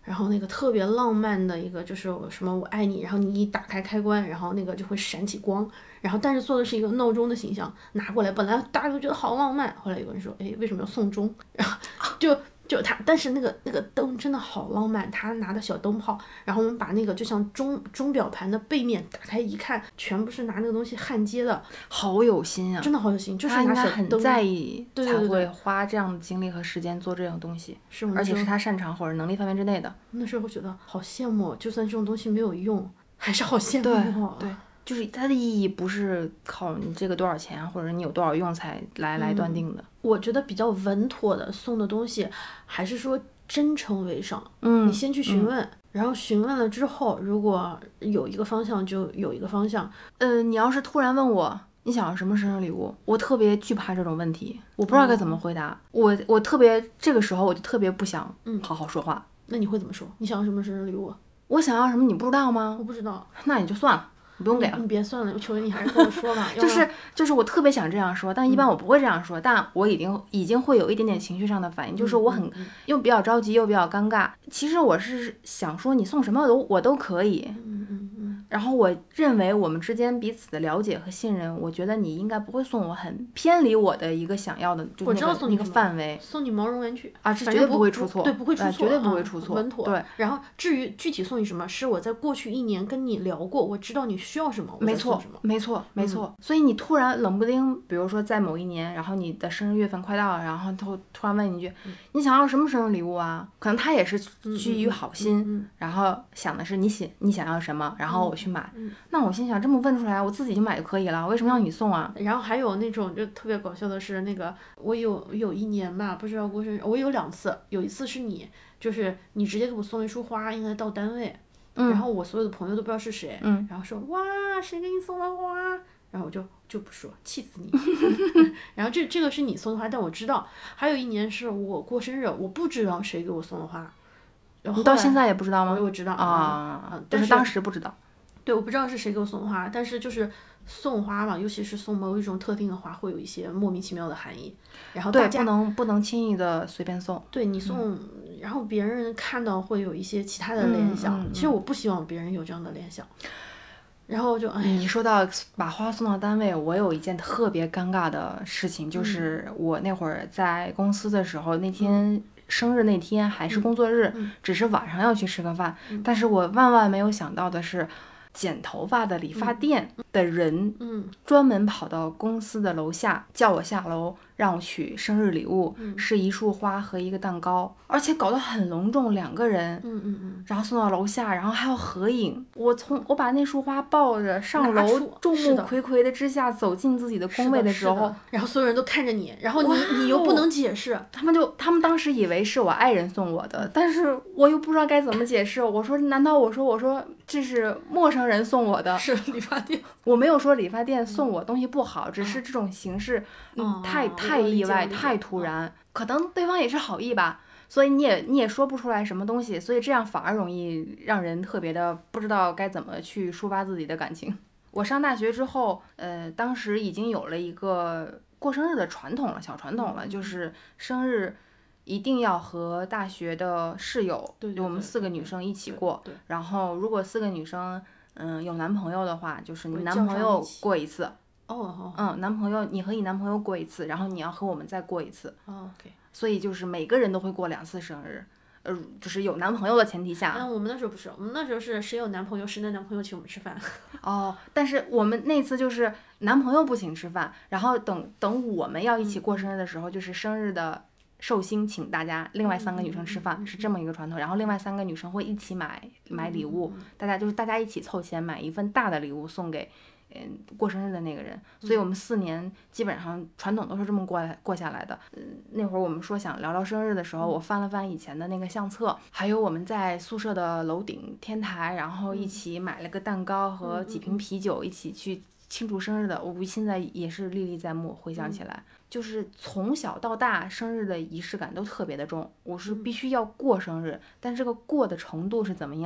Speaker 3: 然后那个特别浪漫的一个就是什么我爱你，然后你一打开开关，然后那个就会闪起光，然后但是做的是一个闹钟的形象拿过来，本来大家都觉得好浪漫，后来有人说，哎，为什么要送钟？然后就他，但是那个灯真的好浪漫，他拿的小灯泡，然后我们把那个就像钟表盘的背面打开一看，全部是拿那个东西焊接的，
Speaker 2: 好有心啊！
Speaker 3: 真的好有心，就是
Speaker 2: 他应
Speaker 3: 拿小灯，
Speaker 2: 该很在意，才会
Speaker 3: 对对对
Speaker 2: 花这样的精力和时间做这种东西，
Speaker 3: 是我那时候
Speaker 2: 而且是他擅长或者能力范围之内的。
Speaker 3: 那时候我觉得好羡慕，就算这种东西没有用，还是好羡
Speaker 2: 对
Speaker 3: 慕。
Speaker 2: 对，就是它的意义不是靠你这个多少钱或者你有多少用才来断定的。
Speaker 3: 我觉得比较稳妥的送的东西，还是说真诚为上。
Speaker 2: 嗯
Speaker 3: 你先去询问，然后询问了之后，如果有一个方向就有一个方向。
Speaker 2: 你要是突然问我你想要什么生日礼物，我特别惧怕这种问题，我不知道该怎么回答。我特别这个时候我就特别不想好好说话。
Speaker 3: 那你会怎么说？你想要什么生日礼物？
Speaker 2: 我想要什么你不知道吗？
Speaker 3: 我不知道。
Speaker 2: 那你就算了，你不用给了。
Speaker 3: 你别算了，我求求你还是跟我说吧。
Speaker 2: 就是我特别想这样说，但一般我不会这样说，但我已经会有一点点情绪上的反应，就是我很又比较着急又比较尴尬。其实我是想说你送什么我都可以。然后我认为我们之间彼此的了解和信任，我觉得你应该不会送我很偏离我的一个想要的，就是那个范围。
Speaker 3: 送你毛绒玩具
Speaker 2: 啊，这绝对不会出错，
Speaker 3: 对，不会出错，
Speaker 2: 绝对不会出错，
Speaker 3: 稳妥。
Speaker 2: 对。
Speaker 3: 然后至于具体送你什么，是我在过去1年跟你聊过，我知道你需要什么，
Speaker 2: 没错，没错，没错。所以你突然冷不丁，比如说在某一年，然后你的生日月份快到了，然后突然问你一句，你想要什么生日礼物啊？可能他也是基于好心，然后想的是你想要什么，然后我去买。那我心想这么问出来，我自己就买就可以了，为什么要你送啊？
Speaker 3: 然后还有那种就特别搞笑的是，那个我有一年吧，不知道过生日，我有2次，有一次是就是你直接给我送一束花，应该到单位，然后我所有的朋友都不知道是谁，然后说哇谁给你送的花，然后我就不说，气死你。然后这个是你送的花，但我知道。还有一年是我过生日，我不知道谁给我送的花，
Speaker 2: 你到现在也不知道吗？
Speaker 3: 我知道
Speaker 2: 但是当时不知道。
Speaker 3: 对，我不知道是谁给我送的花，但是就是送花嘛，尤其是送某一种特定的花，会有一些莫名其妙的含义。然后大家
Speaker 2: 不能轻易的随便送。
Speaker 3: 对你送，然后别人看到会有一些其他的联想。其实我不希望别人有这样的联想。然后就
Speaker 2: 你说到把花送到单位，我有一件特别尴尬的事情，就是我那会儿在公司的时候，那天生日那天还是工作日，只是晚上要去吃个饭，但是我万万没有想到的是，剪头发的理发店的人，专门跑到公司的楼下叫我下楼，让我取生日礼物，是一束花和一个蛋糕，而且搞得很隆重，2个人，然后送到楼下，然后还要合影。我把那束花抱着上楼，众目睽睽的之下走进自己的工位的时候，
Speaker 3: 然后所有人都看着你，然后你又不能解释，
Speaker 2: 他们当时以为是我爱人送我的，但是我又不知道该怎么解释。我说难道我说这是陌生人送我的？
Speaker 3: 是理发店，
Speaker 2: 我没有说理发店送我东西不好，只是这种形式太意外，太突然，可能对方也是好意吧，所以你也说不出来什么东西，所以这样反而容易让人特别的不知道该怎么去抒发自己的感情。我上大学之后，当时已经有了一个过生日的传统了，小传统了，就是生日一定要和大学的室友，就我们4个女生一起过，然后如果4个女生有男朋友的话，就是你男朋友过一次。男朋友，你和你男朋友过一次，然后你要和我们再过一次。
Speaker 3: OK。
Speaker 2: 所以就是每个人都会过2次生日，就是有男朋友的前提下。
Speaker 3: 我们那时候不是，我们那时候是谁有男朋友，谁的男朋友请我们吃饭。
Speaker 2: 但是我们那次就是男朋友不请吃饭，然后等我们要一起过生日的时候，就是生日的寿星请大家另外3个女生吃饭，是这么一个传统。然后另外3个女生会一起买礼物，大家一起凑钱买一份大的礼物送给过生日的那个人。所以我们4年基本上传统都是这么过下来的。那会儿我们说想聊聊生日的时候，我翻了翻以前的那个相册，还有我们在宿舍的楼顶天台，然后一起买了个蛋糕和几瓶啤酒，一起去庆祝生日的，我现在也是历历在目。回想起来，就是从小到大生日的仪式感都特别的重，我是必须要过生日，但这个过的程度是怎么样，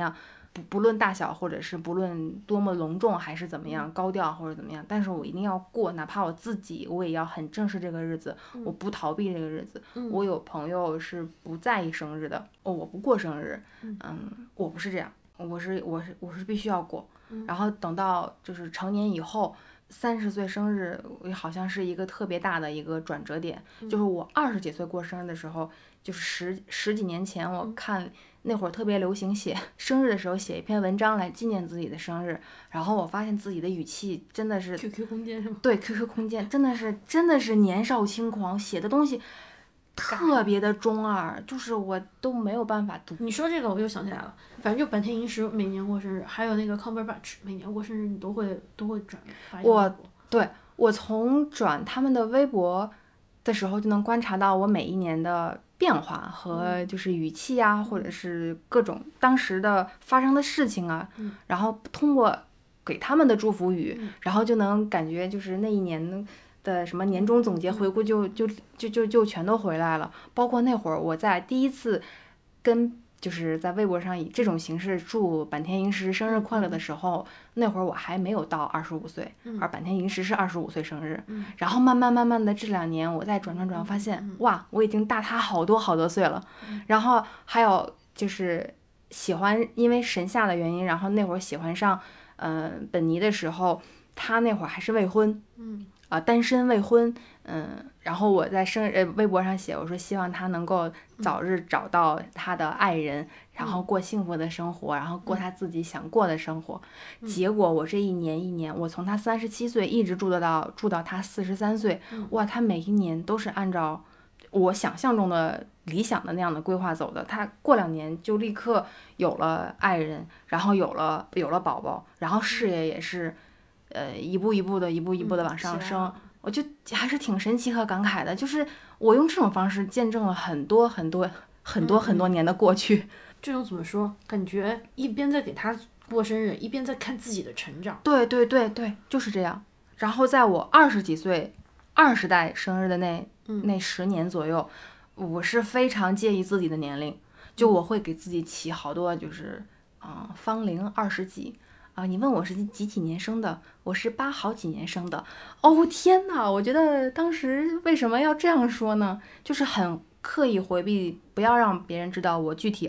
Speaker 2: 不论大小，或者是不论多么隆重还是怎么样高调或者怎么样，但是我一定要过，哪怕我自己我也要很正视这个日子，我不逃避这个日子。我有朋友是不在意生日的，我不过生日，我不是这样，我是必须要过。然后等到就是成年以后，30岁生日好像是一个特别大的一个转折点，就是我20几岁过生日的时候，就是十几年前，我看那会儿特别流行写生日的时候写一篇文章来纪念自己的生日，然后我发现自己的语气真的是
Speaker 3: QQ 空间是吗？
Speaker 2: 对 QQ 空间真的是年少轻狂，写的东西特别的中二，就是我都没有办法读。
Speaker 3: 你说这个我又想起来了，反正就坂田银时每年过生日，还有那个 Cumberbatch 每年过生日你都会转发一个微博。
Speaker 2: 对，我从转他们的微博的时候就能观察到我每一年的变化和就是语气啊，或者是各种当时的发生的事情啊，然后通过给他们的祝福语，然后就能感觉就是那一年的什么年终总结回顾就全都回来了。包括那会儿我在第一次就是在微博上以这种形式祝坂田银时生日快乐的时候，那会儿我还没有到25岁，而坂田银时是25岁生日。然后慢慢的这2年我再转，发现哇，我已经大他好多好多岁了。然后还有就是喜欢，因为神夏的原因，然后那会儿喜欢上本尼的时候，他那会儿还是未婚，单身未婚，然后我在微博上写，我说希望他能够早日找到他的爱人，然后过幸福的生活，然后过他自己想过的生活。结果我这一年，我从他37岁一直住到他43岁，哇，他每一年都是按照我想象中的理想的那样的规划走的。他过2年就立刻有了爱人，然后有了宝宝，然后事业也是一步一步的往上升。我就还是挺神奇和感慨的，就是我用这种方式见证了很多年的过去。
Speaker 3: 这种怎么说？感觉一边在给他过生日，一边在看自己的成长。
Speaker 2: 对，就是这样。然后在我20几岁20代生日的那10年左右，我是非常介意自己的年龄，就我会给自己起好多就是芳龄20几。你问我是几年生的，我是8好几年生的。哦天哪，我觉得当时为什么要这样说呢？就是很刻意回避，不要让别人知道我具体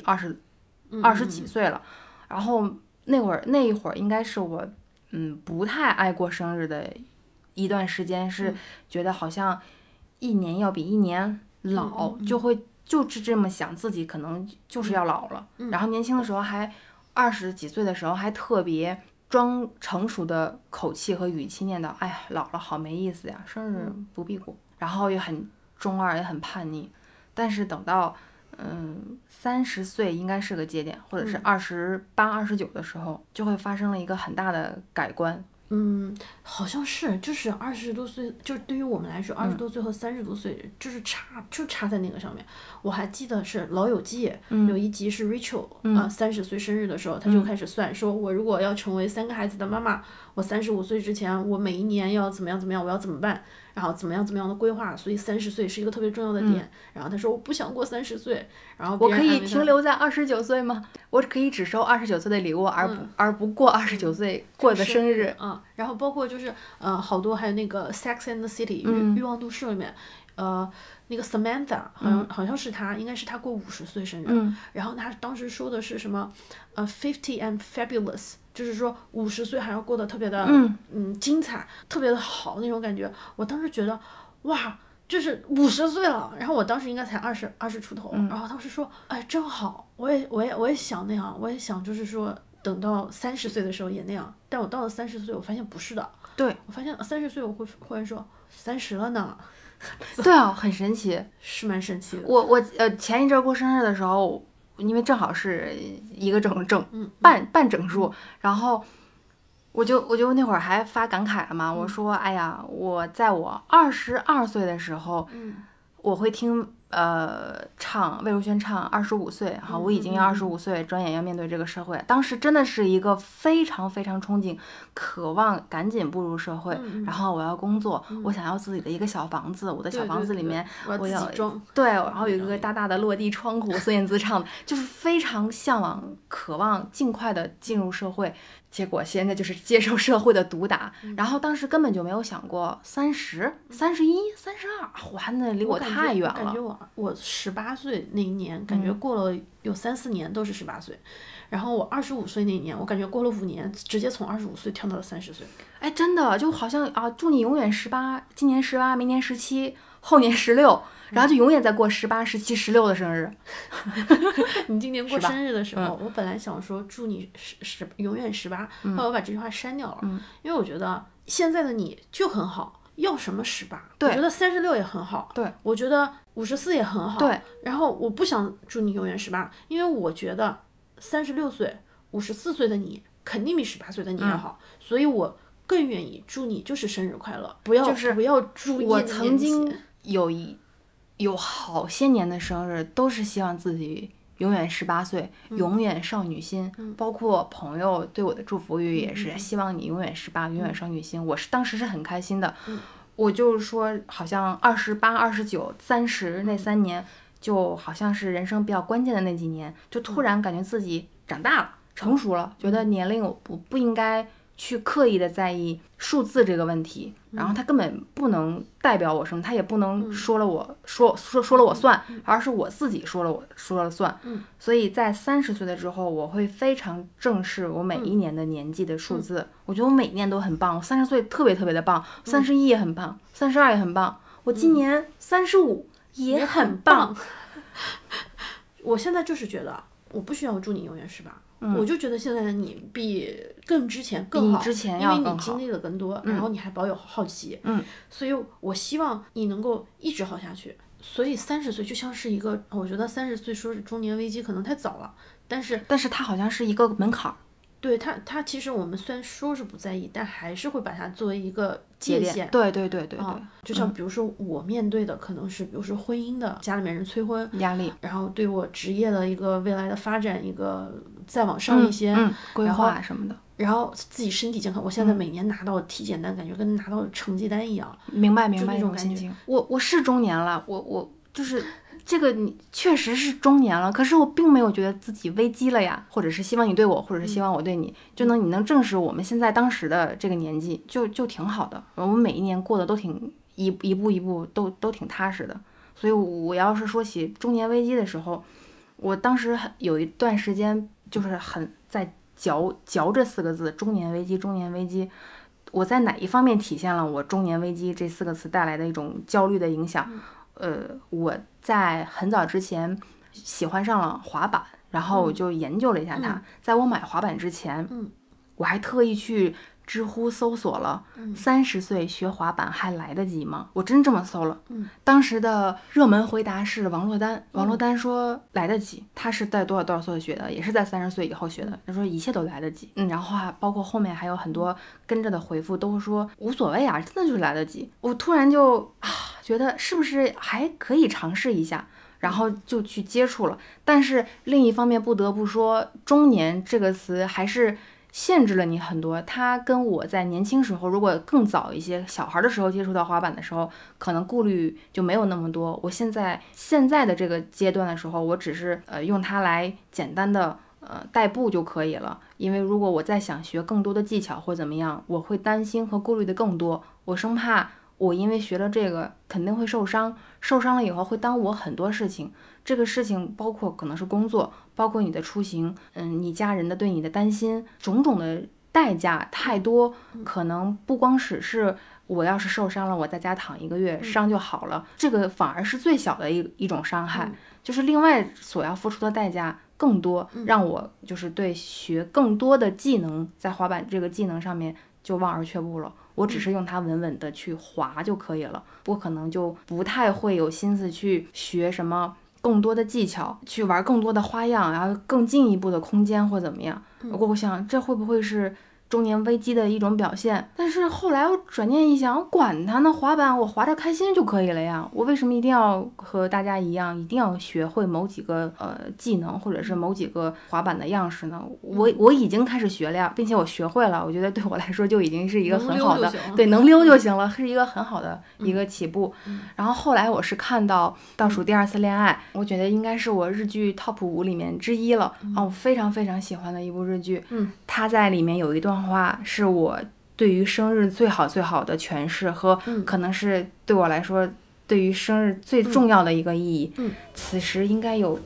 Speaker 2: 20几岁了。然后那一会儿应该是我不太爱过生日的一段时间，是觉得好像一年要比一年老，就是这么想自己可能就是要老了。然后年轻的时候还20几岁的时候还特别装成熟的口气和语气念叨，哎呀，老了好没意思呀，生日不必过。然后也很中二，也很叛逆。但是等到30岁应该是个节点，或者是28、29的时候，就会发生了一个很大的改观。
Speaker 3: 好像是，就是20多岁，就是对于我们来说，20多岁和30多岁，就是差在那个上面。我还记得是《老友记》有一集是 Rachel 30岁生日的时候，他就开始算，说我如果要成为3个孩子的妈妈，我35岁之前，我每一年要怎么样，我要怎么办，然后怎么样的规划，所以30岁是一个特别重要的点。然后他说我不想过30岁，然后
Speaker 2: 我可以停留在29岁吗？我可以只收29岁的礼物，而不过29岁过的生日。
Speaker 3: 然后包括就是好多还有那个 Sex and the City 欲望都市里面，那个 Samantha 好像是她，应该是她过50岁生日，然后她当时说的是什么50 and fabulous， 就是说50岁还要过得特别的精彩，特别的好那种感觉。我当时觉得哇，就是50岁了，然后我当时应该才20出头，然后当时说哎真好，我也想那样，我也想就是说等到30岁的时候也那样。但我到了30岁，我发现不是的。
Speaker 2: 对，
Speaker 3: 我发现30岁我会忽然说30了呢。
Speaker 2: 对啊，很神奇，
Speaker 3: 是蛮神奇的。
Speaker 2: 我前一阵过生日的时候，因为正好是一个半整数，然后我就那会儿还发感慨了嘛，我说哎呀，我在我22岁的时候，我会听魏如萱唱25岁，哈，我已经要25岁，转眼要面对这个社会。当时真的是一个非常非常憧憬、渴望赶紧步入社会，然后我要工作，我想要自己的一个小房子，我的小房子里面我要对，然后有一个大大的落地窗户，孙燕姿唱的，就是非常向往、渴望尽快的进入社会。结果现在就是接受社会的毒打，然后当时根本就没有想过30、31、32，哇，那离我太远了。
Speaker 3: 感觉我18岁那一年，感觉过了有3、4年都是18岁，然后我25岁那一年，我感觉过了5年，直接从25岁跳到了30岁。
Speaker 2: 哎，真的就好像啊，祝你永远18，今年18，明年17，后年16。然后就永远在过18、17、16的生日。
Speaker 3: 你今年过生日的时候，我本来想说祝你永远18，后来我把这句话删掉了，因为我觉得现在的你就很好，要什么18？我觉得36也很好，
Speaker 2: 对，
Speaker 3: 我觉得54也很好，
Speaker 2: 对。
Speaker 3: 然后我不想祝你永远18，因为我觉得36岁、54岁的你肯定比18岁的你要好，所以我更愿意祝你就是生日快乐，不要注意。
Speaker 2: 我曾经有好些年的生日都是希望自己永远18岁，永远少女心，包括朋友对我的祝福语也是希望你永远18，永远少女心。我当时是很开心的，我就是说好像28、29、30那3年就好像是人生比较关键的那几年，就突然感觉自己长大了，成熟了，觉得年龄我不应该去刻意的在意数字这个问题，然后它根本不能代表我什么，它也不能说了我算，而是我自己说了算。所以在30岁的之后，我会非常正视我每一年的年纪的数字。我觉得我每年都很棒，30岁特别特别的棒，31也很棒，32也很棒，我今年35也很棒。
Speaker 3: 我现在就是觉得我不需要祝你永远18。我就觉得现在的你比更之前更好，
Speaker 2: 比之前
Speaker 3: 因为
Speaker 2: 要更好，
Speaker 3: 你经历了更多，然后你还保有好奇，所以我希望你能够一直好下去。所以30岁就像是一个，我觉得30岁说是中年危机可能太早了，但是
Speaker 2: 它好像是一个门槛。
Speaker 3: 对它其实我们虽然说是不在意，但还是会把它作为一个界限。
Speaker 2: 对，
Speaker 3: 就像比如说我面对的可能是比如说婚姻的，家里面人催婚
Speaker 2: 压力，
Speaker 3: 然后对我职业的一个未来的发展一个再往上一些
Speaker 2: 规划什么的，
Speaker 3: 然后自己身体健康。我现在每年拿到体检单，感觉跟拿到成绩单一样。
Speaker 2: 明白
Speaker 3: 这
Speaker 2: 种心情。我是中年了，我就是这个你确实是中年了，可是我并没有觉得自己危机了呀，或者是希望你对我，或者是希望我对你，你能正视我们现在当时的这个年纪，就挺好的。我们每一年过得都挺一步一步都挺踏实的。所以我要是说起中年危机的时候，我当时有一段时间就是很在嚼这4个字，中年危机，中年危机。我在哪一方面体现了我中年危机这4个词带来的一种焦虑的影响？我在很早之前喜欢上了滑板，然后我就研究了一下它。在我买滑板之前，我还特意去知乎搜索了30岁学滑板还来得及吗？我真这么搜了。当时的热门回答是王珞丹。王珞丹说来得及，她是在多少岁学的，也是在30岁以后学的。她说一切都来得及。然后包括后面还有很多跟着的回复都说无所谓啊，真的就是来得及。我突然就觉得是不是还可以尝试一下，然后就去接触了。但是另一方面不得不说，中年这个词还是限制了你很多。它跟我在年轻时候，如果更早一些小孩的时候接触到滑板的时候，可能顾虑就没有那么多。我现在的这个阶段的时候，我只是用它来简单的代步就可以了。因为如果我再想学更多的技巧或怎么样，我会担心和顾虑的更多。我生怕我因为学了这个肯定会受伤了以后会耽误我很多事情。这个事情包括可能是工作，包括你的出行，你家人的对你的担心，种种的代价太多，可能不光是我要是受伤了，我在家躺1个月，伤就好了，这个反而是最小的一种伤害，就是另外所要付出的代价更多，让我就是对学更多的技能，在滑板这个技能上面就望而却步了。我只是用它稳稳的去滑就可以了，我可能就不太会有心思去学什么更多的技巧，去玩更多的花样，然后更进一步的空间或怎么样。我想这会不会是中年危机的一种表现。但是后来我转念一想，管他呢，滑板我滑着开心就可以了呀，我为什么一定要和大家一样，一定要学会某几个技能，或者是某几个滑板的样式呢？我已经开始学了呀，并且我学会了，我觉得对我来说就已经是一个很好的，对，能溜就行了，是一个很好的一个起步。然后后来我是看到倒数第二次恋爱，我觉得应该是我日剧 TOP 5里面之一了啊，我非常非常喜欢的一部日剧。它在里面有一段话是我对于生日最好的诠释，和可能是对我来说对于生日最重要的一个意义。此时应该有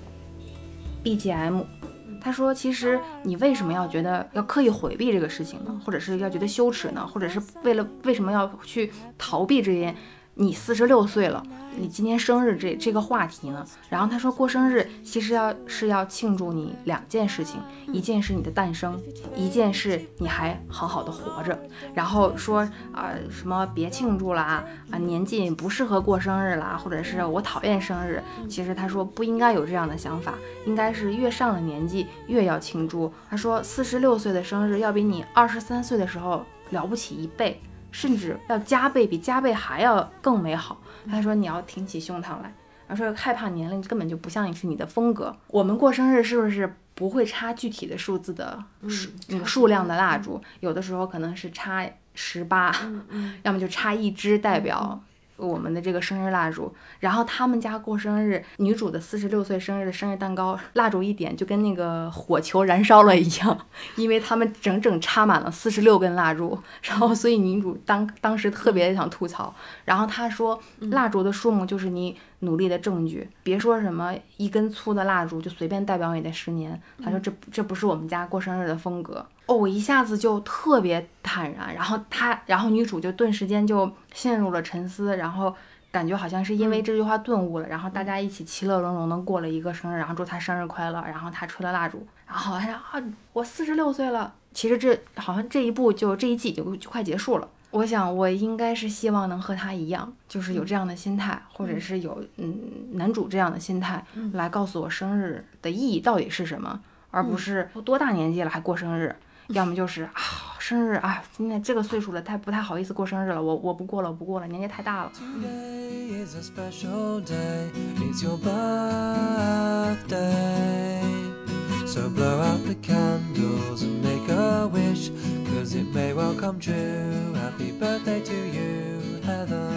Speaker 2: BGM。他说其实你为什么要觉得要刻意回避这个事情呢，或者是要觉得羞耻呢，或者是为什么要去逃避这件你46岁了，你今天生日这个话题呢？然后他说过生日其实要庆祝你2件事情，一件是你的诞生，一件是你还好好的活着。然后说什么别庆祝啦年纪不适合过生日啦，或者是我讨厌生日。其实他说不应该有这样的想法，应该是越上了年纪越要庆祝。他说46岁的生日要比你23岁的时候了不起1倍，甚至要加倍，比加倍还要更美好。他说你要挺起胸膛来，他说害怕年龄根本就不像是你的风格。我们过生日是不是不会插具体的数字的数量的蜡烛，有的时候可能是插18，要么就插1支代表我们的这个生日蜡烛。然后他们家过生日，女主的46岁生日的生日蛋糕，蜡烛一点就跟那个火球燃烧了一样，因为他们整整插满了46根蜡烛。然后所以女主当时特别想吐槽，然后她说蜡烛的数目就是你努力的证据，别说什么一根粗的蜡烛就随便代表你的10年。她说这不是我们家过生日的风格。我一下子就特别坦然，然后女主就顿时间就陷入了沉思，然后感觉好像是因为这句话顿悟了，然后大家一起其乐融融的过了一个生日，然后祝她生日快乐，然后她吹了蜡烛，然后她说我46岁了。其实这好像这一季就快结束了。我想我应该是希望能和她一样，就是有这样的心态，或者是有男主这样的心态，来告诉我生日的意义到底是什么，而不是多大年纪了还过生日。要么就是生日今天这个岁数了，不太好意思过生日了，我不过了，年纪太大了。
Speaker 4: Today is a special day, it's your birthday. So blow out the candles and make a wish, 'cause it may well come true. Happy birthday to you, Heather.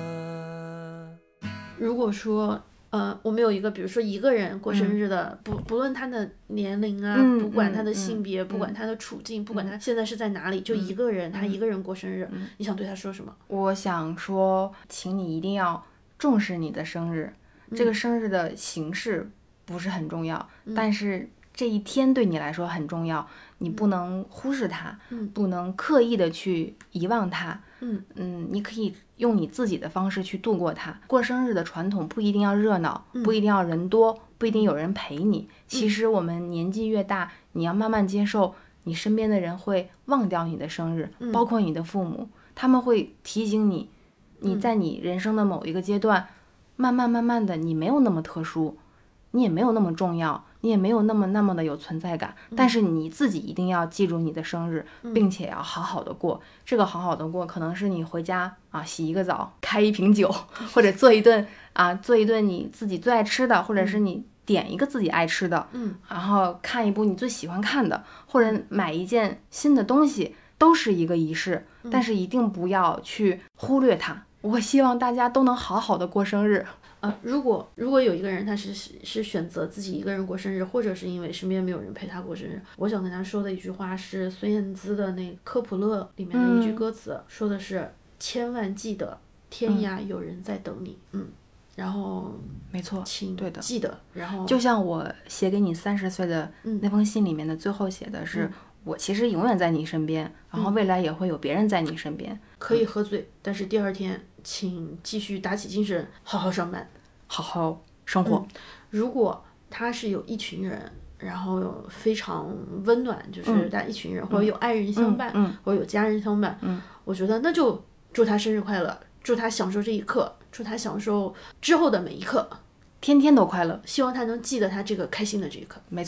Speaker 3: 如果说我们有一个，比如说一个人过生日的，不论他的年龄啊，不管他的性别，不管他的处境，不管他现在是在哪里，就一个人，他一个人过生日，你想对他说什么？
Speaker 2: 我想说，请你一定要重视你的生日，这个生日的形式不是很重要，但是这一天对你来说很重要，你不能忽视它，不能刻意的去遗忘它。你可以用你自己的方式去度过它。过生日的传统不一定要热闹，不一定要人多，不一定有人陪你。其实我们年纪越大，你要慢慢接受，你身边的人会忘掉你的生日，包括你的父母，他们会提醒你，你在你人生的某一个阶段，慢慢的，你没有那么特殊，你也没有那么重要，你也没有那么的有存在感，但是你自己一定要记住你的生日，并且要好好的过。这个好好的过，可能是你回家洗一个澡，开一瓶酒，或者做一顿你自己最爱吃的，或者是你点一个自己爱吃的，然后看一部你最喜欢看的，或者买一件新的东西，都是一个仪式，但是一定不要去忽略它。我希望大家都能好好的过生日。
Speaker 3: 如果有一个人他是选择自己一个人过生日，或者是因为身边没有人陪他过生日，我想跟他说的一句话是孙燕姿的那科普勒里面的一句歌词，说的是千万记得天涯有人在等你。然后
Speaker 2: 没错，
Speaker 3: 请
Speaker 2: 对的，
Speaker 3: 记得。然后
Speaker 2: 就像我写给你30岁的那封信里面的最后写的是，我其实永远在你身边，然后未来也会有别人在你身边。
Speaker 3: 可以喝醉，但是第二天请继续打起精神，好好上班，
Speaker 2: 好好生活。
Speaker 3: 如果他是有一群人，然后有非常温暖，就是大家一群人，或者有爱人相伴，或者有家人相伴，我觉得那就祝他生日快乐，祝他享受这一刻，祝他享受之后的每一刻，
Speaker 2: 天天都快乐。
Speaker 3: 希望他能记得他这个开心的这一刻。
Speaker 2: 没错。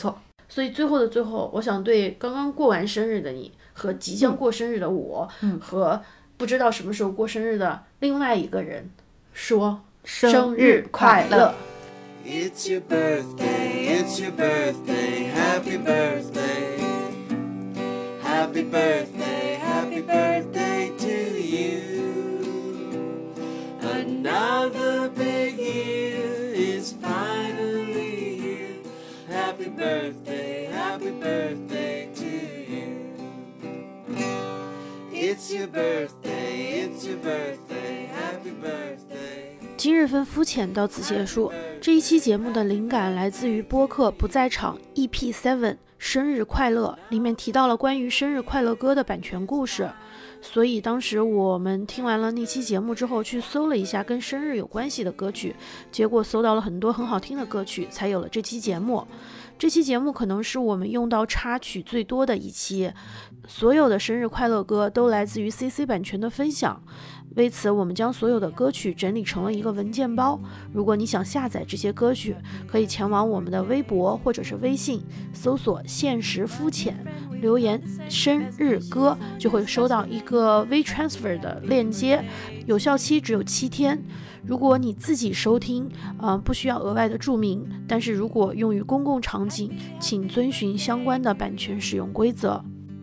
Speaker 3: 所以最后的最后，我想对刚刚过完生日的你和即将过生日的我，和不知道什么时候过生日的另外一个人说生日快乐。
Speaker 4: It's your birthday, it's your birthday, happy birthday. Happy birthday, happy birthday to you. Another big year is finally here. Happy birthday, happy birthday to you. It's your birthday, it's your birthday, happy birthday.
Speaker 3: 今日份肤浅到此结束。这一期节目的灵感来自于播客不在场 EP7 生日快乐，里面提到了关于生日快乐歌的版权故事，所以当时我们听完了那期节目之后，去搜了一下跟生日有关系的歌曲，结果搜到了很多很好听的歌曲，才有了这期节目。这期节目可能是我们用到插曲最多的一期，所有的生日快乐歌都来自于 CC 版权的分享。为此，我们将所有的歌曲整理成了一个文件包。如果你想下载这些歌曲，可以前往我们的微博或者是微信，搜索现实肤浅，留言生日歌，就会收到一个 WeTransfer 的链接，有效期只有7天。如果你自己收听，不需要额外的注明，但是如果用于公共场景，请遵循相关的版权使用规则。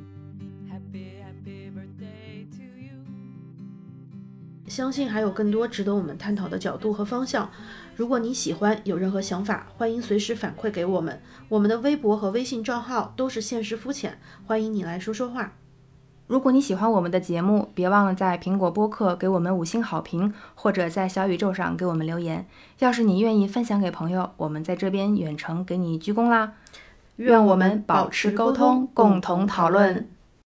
Speaker 3: 相信还有更多值得我们探讨的角度和方向。如果你喜欢，有任何想法，欢迎随时反馈给我们。我们的微博和微信账号都是现实肤浅，欢迎你来说说话。
Speaker 2: 如果你喜欢我们的节目，别忘了在苹果播客给我们5星好评，或者在小宇宙上给我们留言。要是你愿意分享给朋友，我们在这边远程给你鞠躬啦。愿我们保持沟通，共同讨论。